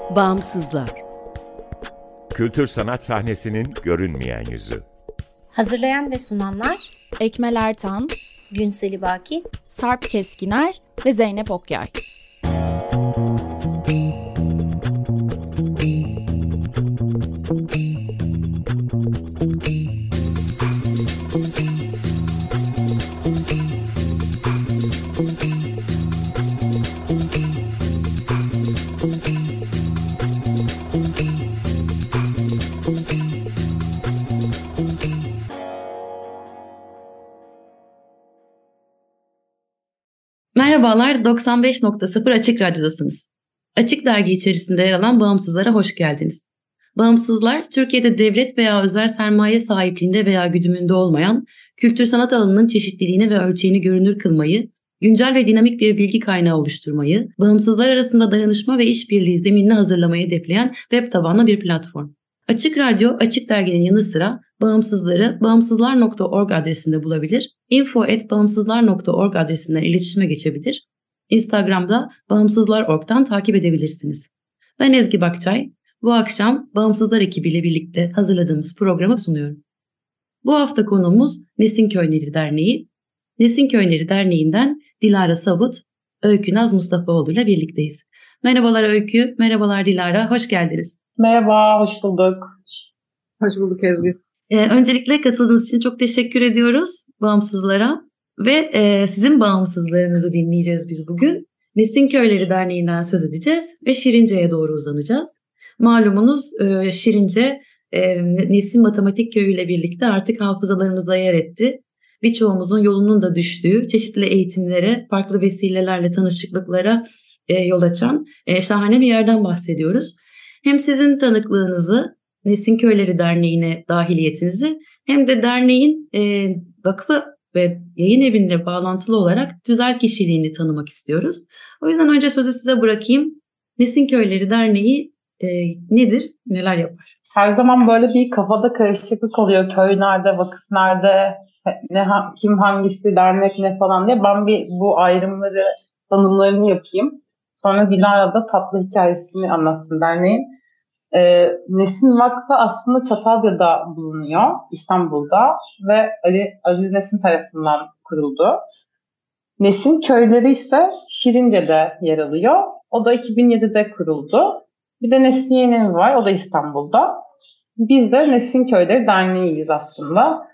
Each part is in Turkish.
Bağımsızlar. Kültür sanat sahnesinin görünmeyen yüzü. Hazırlayan ve sunanlar Ekmel Ertan, Günseli Baki, Sarp Keskiner ve Zeynep Okyay. Merhabalar, 95.0 Açık Radyo'dasınız. Açık Dergi içerisinde yer alan Bağımsızlara hoş geldiniz. Bağımsızlar, Türkiye'de devlet veya özel sermaye sahipliğinde veya güdümünde olmayan, kültür sanat alanının çeşitliliğini ve ölçeğini görünür kılmayı, güncel ve dinamik bir bilgi kaynağı oluşturmayı, bağımsızlar arasında dayanışma ve işbirliği zeminini hazırlamayı hedefleyen web tabanlı bir platform. Açık Radyo, Açık Dergi'nin yanı sıra bağımsızları bağımsızlar.org adresinde bulabilir, info@bağımsızlar.org adresinden iletişime geçebilir, Instagram'da bağımsızlar.org'dan takip edebilirsiniz. Ben Ezgi Bakçay, bu akşam Bağımsızlar ekibiyle birlikte hazırladığımız programı sunuyorum. Bu hafta konuğumuz Nesin Köyleri Derneği. Nesin Köyleri Derneği'nden Dilara Savut, Öykü Naz Mustafaoğlu ile birlikteyiz. Merhabalar Öykü, merhabalar Dilara, hoş geldiniz. Merhaba, hoş bulduk. Hoş bulduk Ezgi. Öncelikle katıldığınız için çok teşekkür ediyoruz bağımsızlara ve sizin bağımsızlığınızı dinleyeceğiz biz bugün. Nesin Köyleri Derneği'nden söz edeceğiz ve Şirince'ye doğru uzanacağız. Malumunuz Şirince Nesin Matematik Köyü ile birlikte artık hafızalarımızda yer etti. Birçoğumuzun yolunun da düştüğü, çeşitli eğitimlere, farklı vesilelerle tanışıklıklara yol açan şahane bir yerden bahsediyoruz. Hem sizin tanıklığınızı, Nesin Köyleri Derneği'ne dahiliyetinizi hem de derneğin vakfı ve yayın eviyle bağlantılı olarak tüzel kişiliğini tanımak istiyoruz. O yüzden önce sözü size bırakayım. Nesin Köyleri Derneği nedir, neler yapar? Her zaman böyle bir kafada karışıklık oluyor. Köy nerede, vakıf nerede, kim hangisi, dernek ne falan diye. Ben bir bu ayrımları, tanımlarını yapayım. Sonra Dilara da tatlı hikayesini anlatsın derneğin. Nesin Vakfı aslında Çatalca'da bulunuyor, İstanbul'da ve Ali Aziz Nesin tarafından kuruldu. Nesin Köyleri ise Şirince'de yer alıyor. O da 2007'de kuruldu. Bir de Nesin Yeğenimiz var, o da İstanbul'da. Biz de Nesin Köyleri Derneği'yiz aslında.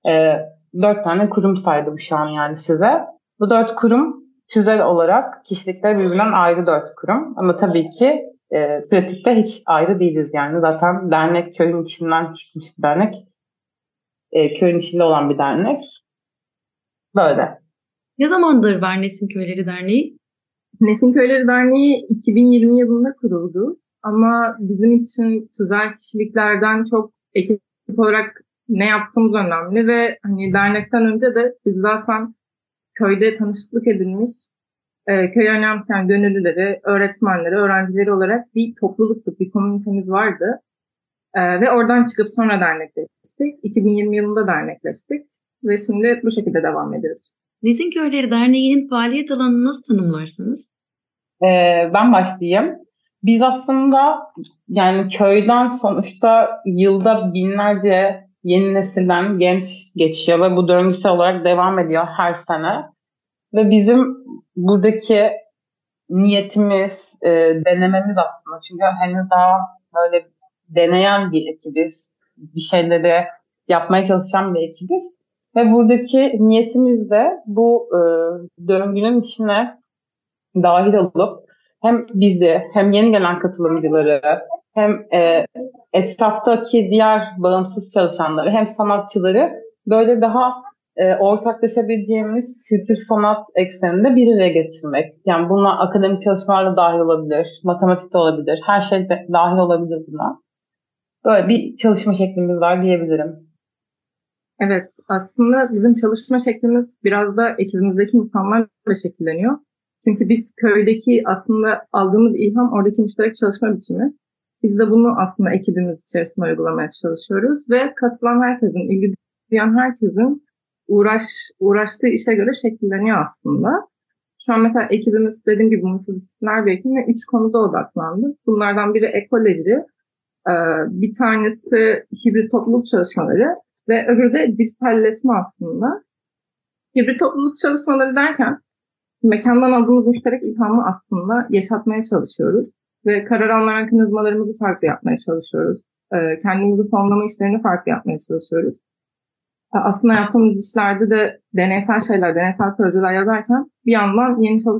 4 tane kurum saydım şu an yani size. Bu 4 kurum tüzel olarak kişilikleri birbirinden ayrı 4 kurum. Ama tabii ki pratikte hiç ayrı değiliz yani. Zaten dernek köyün içinden çıkmış bir dernek. Köyün içinde olan bir dernek. Böyle. Ne zamandır var Nesin Köyleri Derneği? Nesin Köyleri Derneği 2020 yılında kuruldu. Ama bizim için tüzel kişiliklerden çok ekip olarak ne yaptığımız önemli ve hani dernekten önce de biz zaten köyde tanışıklık edilmiş, köyü önemseyen gönüllüleri, öğretmenleri, öğrencileri olarak bir topluluktuk, bir komünitemiz vardı. Ve oradan çıkıp sonra dernekleştik. 2020 yılında dernekleştik ve şimdi bu şekilde devam ediyoruz. Nesin Köyleri Derneği'nin faaliyet alanını nasıl tanımlarsınız? Ben başlayayım. Biz aslında yani köyden sonuçta yılda binlerce yeni nesilden genç geçiyor ve bu döngüsel olarak devam ediyor her sene. Ve bizim buradaki niyetimiz, denememiz aslında. Çünkü henüz daha böyle deneyen bir ekibiz. Bir şeyleri yapmaya çalışan bir ekibiz. Ve buradaki niyetimiz de bu döngünün içine dahil olup hem bizi hem yeni gelen katılımcıları hem etraftaki diğer bağımsız çalışanları hem sanatçıları böyle daha ortaklaşabileceğimiz kültür sanat ekseninde bir araya getirmek. Yani buna akademik çalışmalarla dahil olabilir, matematik de olabilir, her şey de dahil olabilir buna. Böyle bir çalışma şeklimiz var diyebilirim. Evet, aslında bizim çalışma şeklimiz biraz da ekibimizdeki insanlarla şekilleniyor. Çünkü biz köydeki aslında aldığımız ilham oradaki müşterek çalışma biçimi. Biz de bunu aslında ekibimiz içerisinde uygulamaya çalışıyoruz ve katılan herkesin, ilgi duyan herkesin uğraştığı işe göre şekilleniyor aslında. Şu an mesela ekibimiz dediğim gibi multidisipliner bir ekip ve 3 konuda odaklandık. Bunlardan biri ekoloji, bir tanesi hibrit topluluk çalışmaları ve öbürü de dijitalleşme aslında. Hibrit topluluk çalışmaları derken mekandan aldığımız müşterek ilhamı aslında yaşatmaya çalışıyoruz. Ve karar alma mekanizmalarımızı farklı yapmaya çalışıyoruz. Kendimizi fonlama işlerini farklı yapmaya çalışıyoruz. Aslında yaptığımız işlerde de deneysel şeyler, deneysel projeler yazarken bir yandan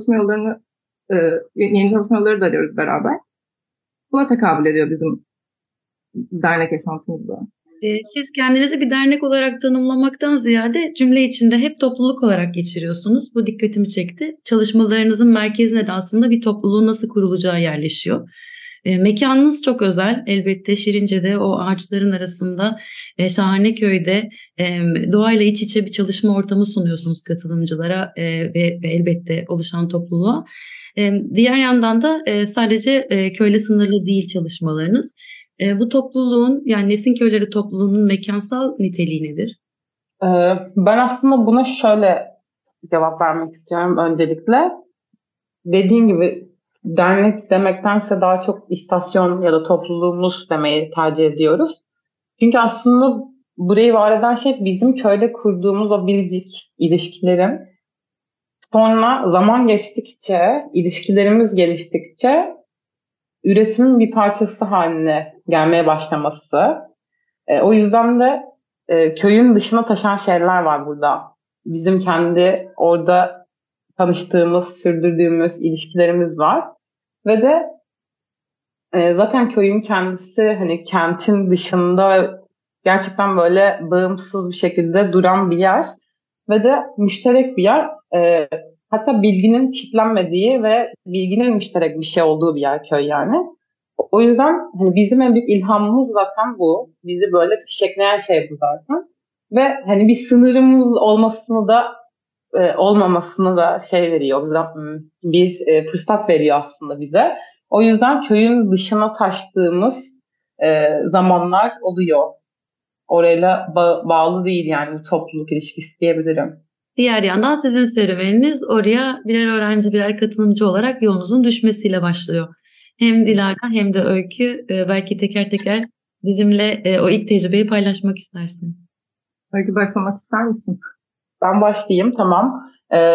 yeni çalışma yolları da arıyoruz beraber. Buna tekabül ediyor bizim dernek yaşantımızda. Siz kendinizi bir dernek olarak tanımlamaktan ziyade cümle içinde hep topluluk olarak geçiriyorsunuz. Bu dikkatimi çekti. Çalışmalarınızın merkezine de aslında bir topluluğun nasıl kurulacağı yerleşiyor. Mekanınız çok özel. Elbette Şirince'de o ağaçların arasında Şahaneköy'de doğayla iç içe bir çalışma ortamı sunuyorsunuz katılımcılara ve elbette oluşan topluluğa. Diğer yandan da sadece köyle sınırlı değil çalışmalarınız. Bu topluluğun yani Nesin Köyleri topluluğunun mekansal niteliği nedir? Ben aslında buna şöyle cevap vermek istiyorum öncelikle. Dediğim gibi dernek demektense daha çok istasyon ya da topluluğumuz demeyi tercih ediyoruz. Çünkü aslında burayı var eden şey bizim köyde kurduğumuz o biricik ilişkilerin sonra zaman geçtikçe, ilişkilerimiz geliştikçe üretimin bir parçası haline gelmeye başlaması. O yüzden de köyün dışına taşan şeyler var burada. Bizim kendi orada tanıştığımız, sürdürdüğümüz ilişkilerimiz var. Ve de zaten köyün kendisi hani kentin dışında gerçekten böyle bağımsız bir şekilde duran bir yer. Ve de müşterek bir yer. Hatta bilginin çitlenmediği ve bilginin müşterek bir şey olduğu bir yer köy yani. O yüzden hani bizim en büyük ilhamımız zaten bu. Bizi böyle fişekleyen şey bu zaten. Ve hani bir sınırımız olmasını da olmamasını da şey veriyor. Bir fırsat veriyor aslında bize. O yüzden köyün dışına taştığımız zamanlar oluyor. Orayla bağlı değil yani bu topluluk ilişkisi diyebilirim. Diğer yandan sizin serüveniniz oraya birer öğrenci, birer katılımcı olarak yolunuzun düşmesiyle başlıyor. Hem Dilara hem de Öykü belki teker teker bizimle o ilk tecrübeyi paylaşmak istersin. Öykü başlamak ister misin? Ben başlayayım, tamam.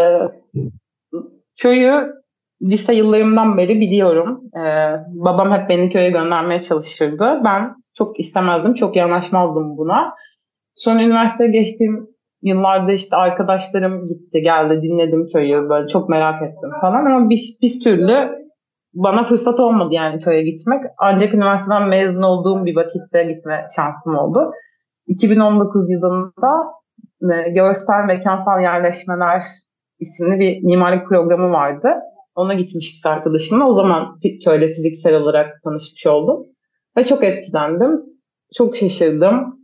Köyü lise yıllarımdan beri biliyorum. Babam hep beni köye göndermeye çalışırdı. Ben çok istemezdim, çok yanaşmazdım buna. Sonra üniversiteye geçtiğim yıllarda işte arkadaşlarım gitti, geldi, dinledim köyü, böyle çok merak ettim falan. Ama bir türlü bana fırsat olmadı yani köye gitmek. Ancak üniversiteden mezun olduğum bir vakitte gitme şansım oldu. 2019 yılında Görsel Mekansal Yerleşmeler isimli bir mimarlık programı vardı. Ona gitmiştik arkadaşımla. O zaman köyde fiziksel olarak tanışmış oldum. Ve çok etkilendim. Çok şaşırdım.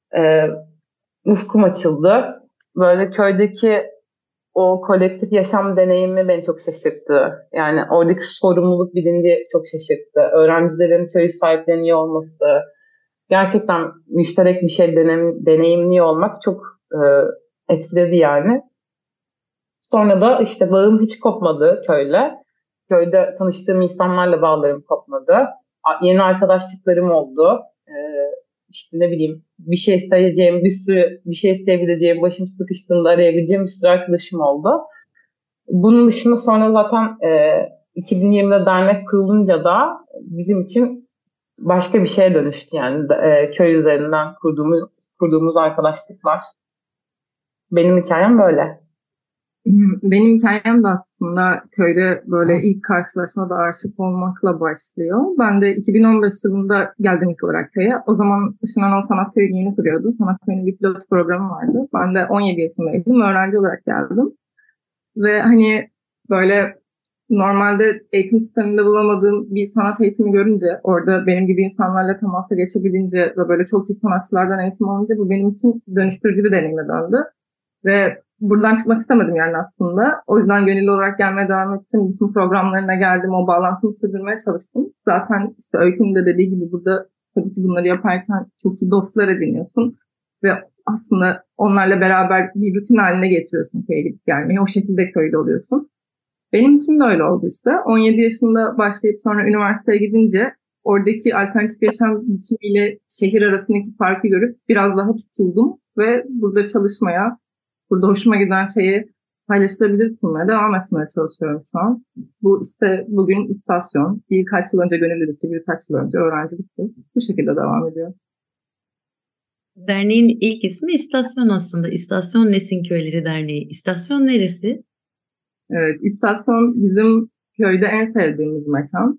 Ufkum açıldı. Böyle köydeki o kolektif yaşam deneyimi beni çok şaşırttı. Yani oradaki sorumluluk bilinci çok şaşırttı. Öğrencilerin köyü sahipleniyor olması, gerçekten müşterek bir şey deneyimliyor olmak çok etkiledi yani. Sonra da işte bağım hiç kopmadı köyle. Köyde tanıştığım insanlarla bağlarım kopmadı. Yeni arkadaşlıklarım oldu. İşte ne bileyim bir şey isteyeceğim, bir şey isteyebileceğim, başım sıkıştığında arayabileceğim bir sürü arkadaşım oldu. Bunun dışında sonra zaten 2020'de dernek kurulunca da bizim için başka bir şeye dönüştü yani köy üzerinden kurduğumuz arkadaşlıklar. Benim hikayem böyle. Benim hikayem de aslında köyde böyle ilk karşılaşmada aşık olmakla başlıyor. Ben de 2015 yılında geldim ilk olarak köye. O zaman Işınan Sanat Köyü yeni kuruyordu. Sanat Köyü'nün bir pilot programı vardı. Ben de 17 yaşındaydım. Öğrenci olarak geldim. Ve hani böyle normalde eğitim sisteminde bulamadığım bir sanat eğitimi görünce, orada benim gibi insanlarla temasa geçebilince ve böyle çok iyi sanatçılardan eğitim alınca bu benim için dönüştürücü bir deneyime döndü. Ve buradan çıkmak istemedim yani aslında. O yüzden gönüllü olarak gelmeye devam ettim. Bütün programlarına geldim. O bağlantımı sürdürmeye çalıştım. Zaten işte Öykü'nün de dediği gibi burada tabii ki bunları yaparken çok iyi dostlar ediniyorsun. Ve aslında onlarla beraber bir rutin haline getiriyorsun köye gidip gelmeyi. O şekilde köylü oluyorsun. Benim için de öyle oldu işte. 17 yaşında başlayıp sonra üniversiteye gidince oradaki alternatif yaşam biçimiyle şehir arasındaki farkı görüp biraz daha tutuldum ve burada çalışmaya, burada hoşuma giden şeyi paylaşılabilir kılmaya devam etmeye çalışıyorum şu an. Bu işte bugün istasyon, birkaç yıl önce gönüllülükte, birkaç yıl önce öğrencilikti. Bu şekilde devam ediyor. Derneğin ilk ismi İstasyon aslında. İstasyon Nesin Köyleri Derneği. İstasyon neresi? Evet, istasyon bizim köyde en sevdiğimiz mekan.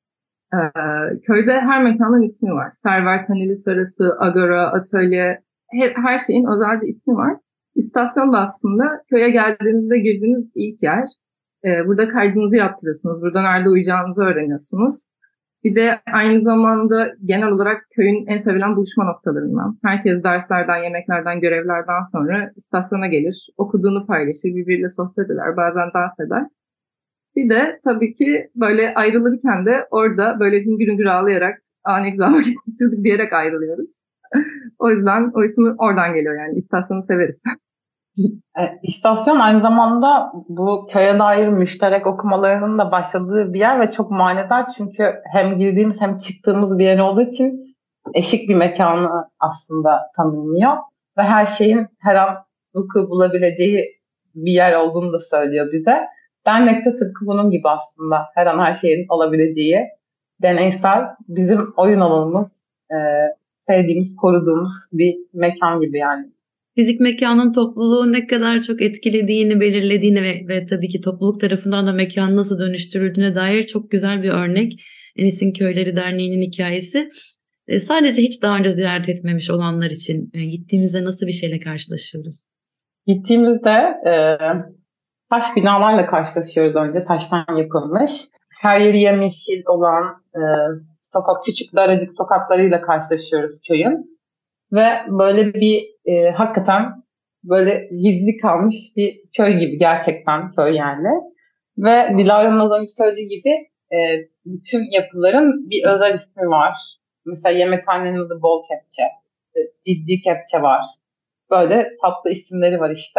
Köyde her mekanın ismi var. Server, Taneli Sarası, Agora, Atölye, her şeyin özel bir ismi var. İstasyon da aslında köye geldiğinizde girdiğiniz ilk yer. Burada kaydınızı yaptırıyorsunuz. Burada nerede uyuyacağınızı öğreniyorsunuz. Bir de aynı zamanda genel olarak köyün en sevilen buluşma noktalarından. Herkes derslerden, yemeklerden, görevlerden sonra istasyona gelir, okuduğunu paylaşır, birbiriyle sohbet eder, bazen dans eder. Bir de tabii ki böyle ayrılırken de orada böyle hüngür hüngür ağlayarak ne güzel vakit geçirdik diyerek ayrılıyoruz. O yüzden o isim oradan geliyor yani. İstasyonu severiz. İstasyon aynı zamanda bu köye dair müşterek okumalarının da başladığı bir yer ve çok manidar çünkü hem girdiğimiz hem çıktığımız bir yer olduğu için eşik bir mekanı aslında tanımlıyor ve her şeyin her an vuku bulabileceği bir yer olduğunu da söylüyor bize. Dernekte tıpkı bunun gibi aslında her an her şeyin olabileceği deneysel bizim oyun alanımız, sevdiğimiz, koruduğumuz bir mekan gibi yani. Fizik mekanın topluluğu ne kadar çok etkilediğini, belirlediğini ve tabii ki topluluk tarafından da mekanın nasıl dönüştürüldüğüne dair çok güzel bir örnek. Enis'in Köyleri Derneği'nin hikayesi. Sadece hiç daha önce ziyaret etmemiş olanlar için gittiğimizde nasıl bir şeyle karşılaşıyoruz? Gittiğimizde taş binalarla karşılaşıyoruz önce. Taştan yapılmış. Her yeri yemyeşil olan sokak, küçük daracık sokaklarıyla karşılaşıyoruz köyün. Ve böyle bir hakikaten böyle gizli kalmış bir köy gibi gerçekten köy yani. Ve Dilara'nın az önce söylediği gibi bütün yapıların bir özel ismi var. Mesela yemekhanenin adı Bol Kepçe, Ciddi Kepçe var. Böyle tatlı isimleri var işte.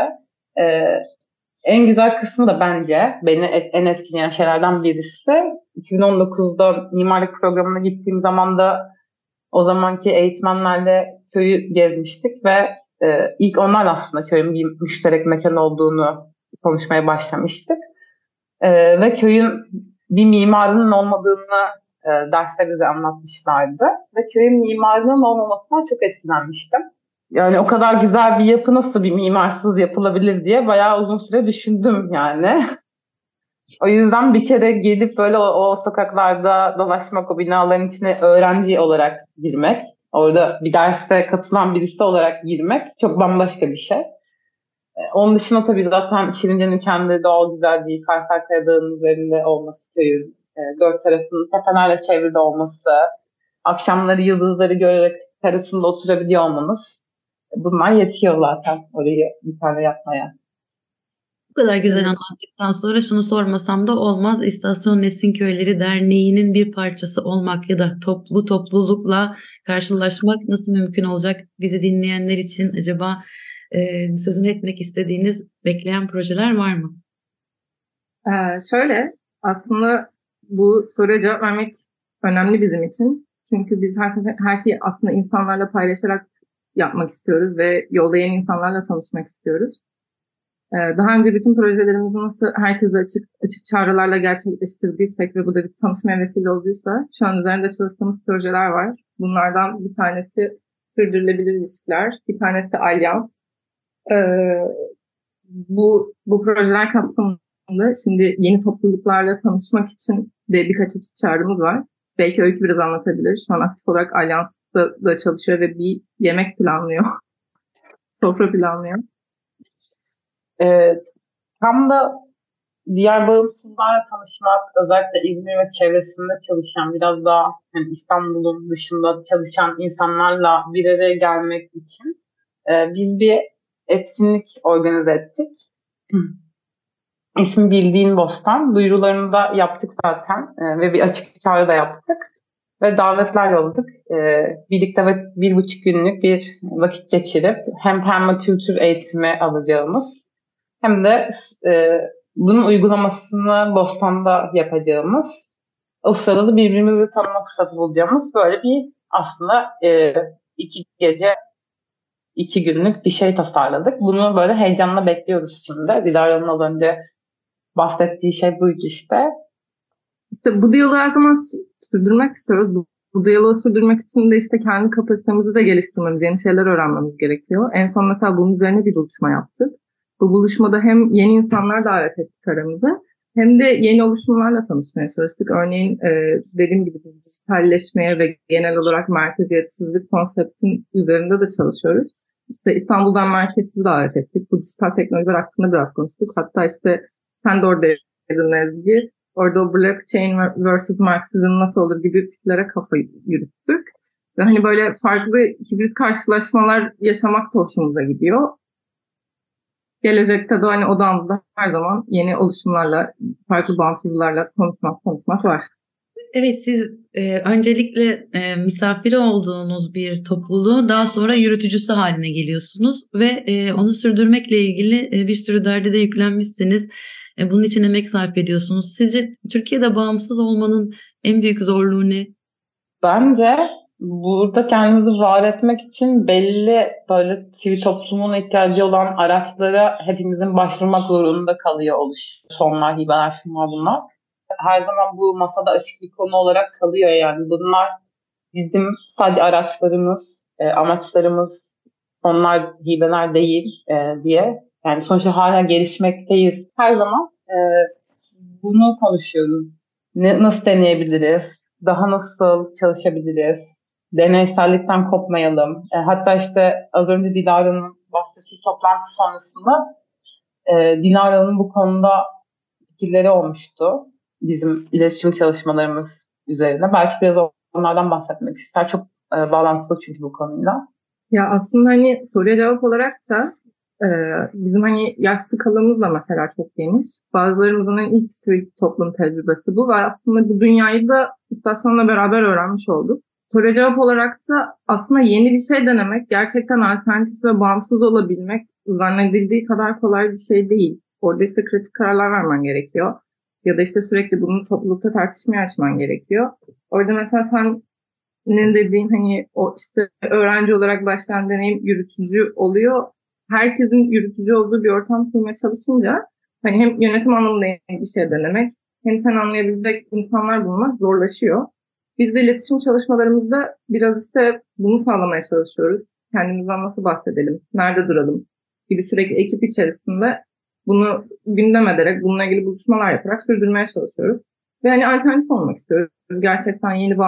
En güzel kısmı da bence beni en etkileyen şeylerden birisi. 2019'da mimarlık programına gittiğim zaman da o zamanki eğitmenlerle köyü gezmiştik ve ilk onlar aslında köyün bir müşterek mekan olduğunu konuşmaya başlamıştık. Ve köyün bir mimarının olmadığını derste bize anlatmışlardı. Ve köyün mimarının olmamasına çok etkilenmiştim. Yani o kadar güzel bir yapı nasıl bir mimarsız yapılabilir diye bayağı uzun süre düşündüm yani. O yüzden bir kere gelip böyle o sokaklarda dolaşmak, o binaların içine öğrenci olarak girmek, orada bir derste katılan birisi olarak girmek çok bambaşka bir şey. Onun dışında tabii zaten Şirince'nin kendi doğal güzelliği, Kayserkaya Dağı'nın üzerinde olması köyün, dört tarafının tepelerle çevrili olması, akşamları yıldızları görerek terasında oturabiliyor olmanız, bunlar yetiyor zaten orayı bir tane yapmaya. Bu kadar güzel anlattıktan sonra şunu sormasam da olmaz. İstasyon Nesin Köyleri Derneği'nin bir parçası olmak ya da bu toplulukla karşılaşmak nasıl mümkün olacak? Bizi dinleyenler için acaba sözünü etmek istediğiniz bekleyen projeler var mı? Şöyle aslında bu soruya cevap vermek önemli bizim için. Çünkü biz her şeyi aslında insanlarla paylaşarak yapmak istiyoruz ve yolda yeni insanlarla tanışmak istiyoruz. Daha önce bütün projelerimizi nasıl herkese açık çağrılarla gerçekleştirdiysek ve bu da bir tanışmaya vesile olduysa şu an üzerinde çalıştığımız projeler var. Bunlardan bir tanesi sürdürülebilir ilişkiler, bir tanesi alyans. Bu projeler kapsamında şimdi yeni topluluklarla tanışmak için de birkaç açık çağrımız var. Belki Öykü biraz anlatabilir. Şu an aktif olarak Alyans'ta da çalışıyor ve bir yemek planlıyor. Sofra planlıyor. Tam da diğer bağımsızlarla tanışmak, özellikle İzmir ve çevresinde çalışan, biraz daha yani İstanbul'un dışında çalışan insanlarla bir araya gelmek için biz bir etkinlik organize ettik. İsmi Bildiğin Bostan. Duyurularını da yaptık zaten ve bir açık çağrı da yaptık. Ve davetler yolladık. Birlikte 1,5 günlük bir vakit geçirip hem permakültür eğitimi alacağımız hem de Bunun uygulamasını Bostan'da yapacağımız, o sırada da birbirimizi tanıma fırsatı bulacağımız böyle bir aslında 2 gece 2 günlük bir şey tasarladık. Bunu böyle heyecanla bekliyoruz şimdi. Dilara'nın az önce bahsettiği şey buydu işte. İşte bu diyaloğu her zaman sürdürmek istiyoruz. Bu diyaloğu sürdürmek için de işte kendi kapasitemizi de geliştirmemiz, yeni şeyler öğrenmemiz gerekiyor. En son mesela bunun üzerine bir buluşma yaptık. Bu buluşmada hem yeni insanlar davet ettik aramıza, hem de yeni oluşumlarla tanışmaya çalıştık. Örneğin dediğim gibi biz dijitalleşmeye ve genel olarak merkeziyetsizlik konseptin üzerinde de çalışıyoruz. İşte İstanbul'dan merkezsiz davet ettik. Bu dijital teknolojiler hakkında biraz konuştuk. Hatta işte sen de oradaydın Ezgi. Orada o blockchain versus Marxizm nasıl olur gibi fikirlere kafa yürüttük. Ve hani böyle farklı hibrit karşılaşmalar yaşamak da hoşumuza gidiyor. Gelecekte de hani odamızda her zaman yeni oluşumlarla, farklı bağımsızlarla konuşmak var. Evet, siz öncelikle misafiri olduğunuz bir topluluğu daha sonra yürütücüsü haline geliyorsunuz ve onu sürdürmekle ilgili bir sürü derde de yüklenmişsiniz. Bunun için emek sarf ediyorsunuz. Sizce Türkiye'de bağımsız olmanın en büyük zorluğu ne? Bence burada kendimizi var etmek için belli böyle sivil toplumun ihtiyacı olan araçlara hepimizin başvurmak zorunda kalıyor fonlar, hibeler, şunlar bunlar. Her zaman bu masada açık bir konu olarak kalıyor yani. Bunlar bizim sadece araçlarımız, amaçlarımız, fonlar, hibeler değil diye. Yani sonuçta hala gelişmekteyiz. Her zaman bunu konuşuyoruz. Nasıl deneyebiliriz? Daha nasıl çalışabiliriz? Deneysellikten kopmayalım. Hatta işte az önce Dilara'nın bahsettiği toplantı sonrasında Dilara'nın bu konuda fikirleri olmuştu. Bizim iletişim çalışmalarımız üzerine. Belki biraz onlardan bahsetmek ister. Çok bağlantılı çünkü bu konuyla. Ya aslında hani soruya cevap olarak da bizim hani yaş skalamız da mesela çok geniş. Bazılarımızın ilk sivil toplum tecrübesi bu ve aslında bu dünyayı da istasyonla beraber öğrenmiş olduk. Soruya cevap olarak da aslında yeni bir şey denemek, gerçekten alternatif ve bağımsız olabilmek zannedildiği kadar kolay bir şey değil. Orada işte kritik kararlar vermen gerekiyor. Ya da işte sürekli bunu toplulukta tartışmaya açman gerekiyor. Orada mesela senin dediğin hani o işte öğrenci olarak başlayan deneyim yürütücü oluyor. Herkesin yürütücü olduğu bir ortam kurmaya çalışınca hani hem yönetim anlamında bir şey denemek hem sen anlayabilecek insanlar bulmak zorlaşıyor. Biz de iletişim çalışmalarımızda biraz işte bunu sağlamaya çalışıyoruz. Kendimizden nasıl bahsedelim, nerede duralım gibi sürekli ekip içerisinde bunu gündem ederek, bununla ilgili buluşmalar yaparak sürdürmeye çalışıyoruz. Ve hani alternatif olmak istiyoruz. Gerçekten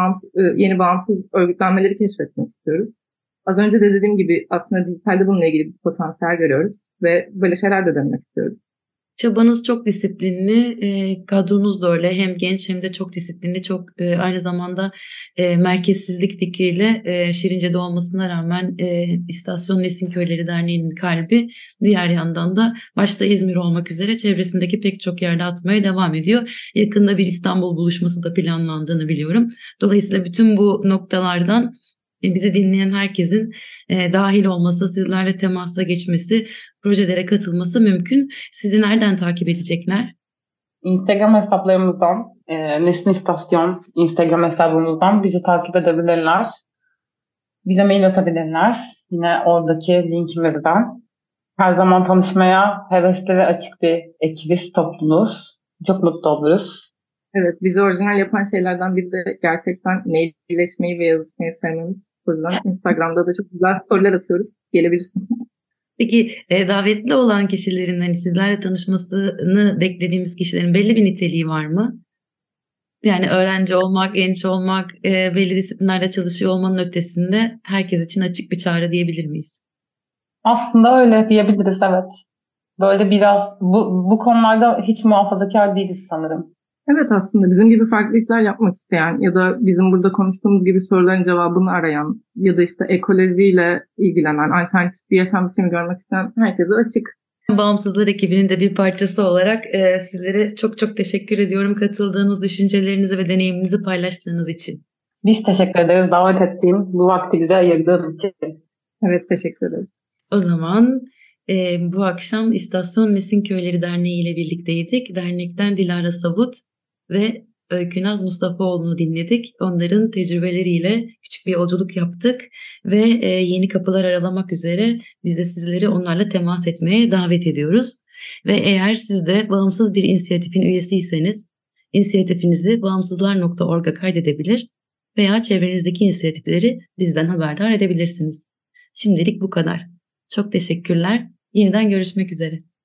yeni bağımsız örgütlenmeleri keşfetmek istiyoruz. Az önce de dediğim gibi aslında dijitalde bununla ilgili bir potansiyel görüyoruz ve böyle şeyler de denemek istiyoruz. Çabanız çok disiplinli, kadronuz da öyle. Hem genç hem de çok disiplinli, çok aynı zamanda merkezsizlik fikriyle Şirince'de olmasına rağmen İstasyon Nesin Köyleri Derneği'nin kalbi, diğer yandan da başta İzmir olmak üzere çevresindeki pek çok yerde atmaya devam ediyor. Yakında bir İstanbul buluşması da planlandığını biliyorum. Dolayısıyla bütün bu noktalardan bizi dinleyen herkesin dahil olması, sizlerle temasa geçmesi, projelere katılması mümkün. Sizi nereden takip edecekler? Instagram hesaplarımızdan, Nesin İstasyon Instagram hesabımızdan bizi takip edebilirler. Bize mail atabilirler. Yine oradaki linkimizden. Her zaman tanışmaya hevesli ve açık bir ekibiz, topluluğuz. Çok mutlu oluruz. Evet, bizi orijinal yapan şeylerden biri de gerçekten mailleşmeyi ve yazışmayı sevmemiz. O yüzden Instagram'da da çok güzel storyler atıyoruz. Gelebilirsiniz. Peki davetli olan kişilerin hani sizlerle tanışmasını beklediğimiz kişilerin belli bir niteliği var mı? Yani öğrenci olmak, genç olmak, belli disiplinlerde çalışıyor olmanın ötesinde herkes için açık bir çağrı diyebilir miyiz? Aslında öyle diyebiliriz, evet. Böyle biraz bu konularda hiç muhafazakar değiliz sanırım. Evet, aslında bizim gibi farklı işler yapmak isteyen ya da bizim burada konuştuğumuz gibi soruların cevabını arayan ya da işte ekolojiyle ilgilenen, alternatif bir yaşam biçimi görmek isteyen herkese açık. Bağımsızlar ekibinin de bir parçası olarak sizlere çok çok teşekkür ediyorum katıldığınız, düşüncelerinizi ve deneyiminizi paylaştığınız için. Biz teşekkür ederiz davet ettiğin, bu vakti bize ayırdığın için. Evet, teşekkür ederiz. O zaman Bu akşam İstasyon Nesin Köyleri Derneği ile birlikteydik. Dernekten Dilara Savut ve Öykünaz Mustafaoğlu'nu dinledik. Onların tecrübeleriyle küçük bir yolculuk yaptık ve yeni kapılar aralamak üzere biz de sizleri onlarla temas etmeye davet ediyoruz. Ve eğer siz de bağımsız bir inisiyatifin üyesiyseniz inisiyatifinizi bağımsızlar.org'a kaydedebilir veya çevrenizdeki inisiyatifleri bizden haberdar edebilirsiniz. Şimdilik bu kadar. Çok teşekkürler. Yeniden görüşmek üzere.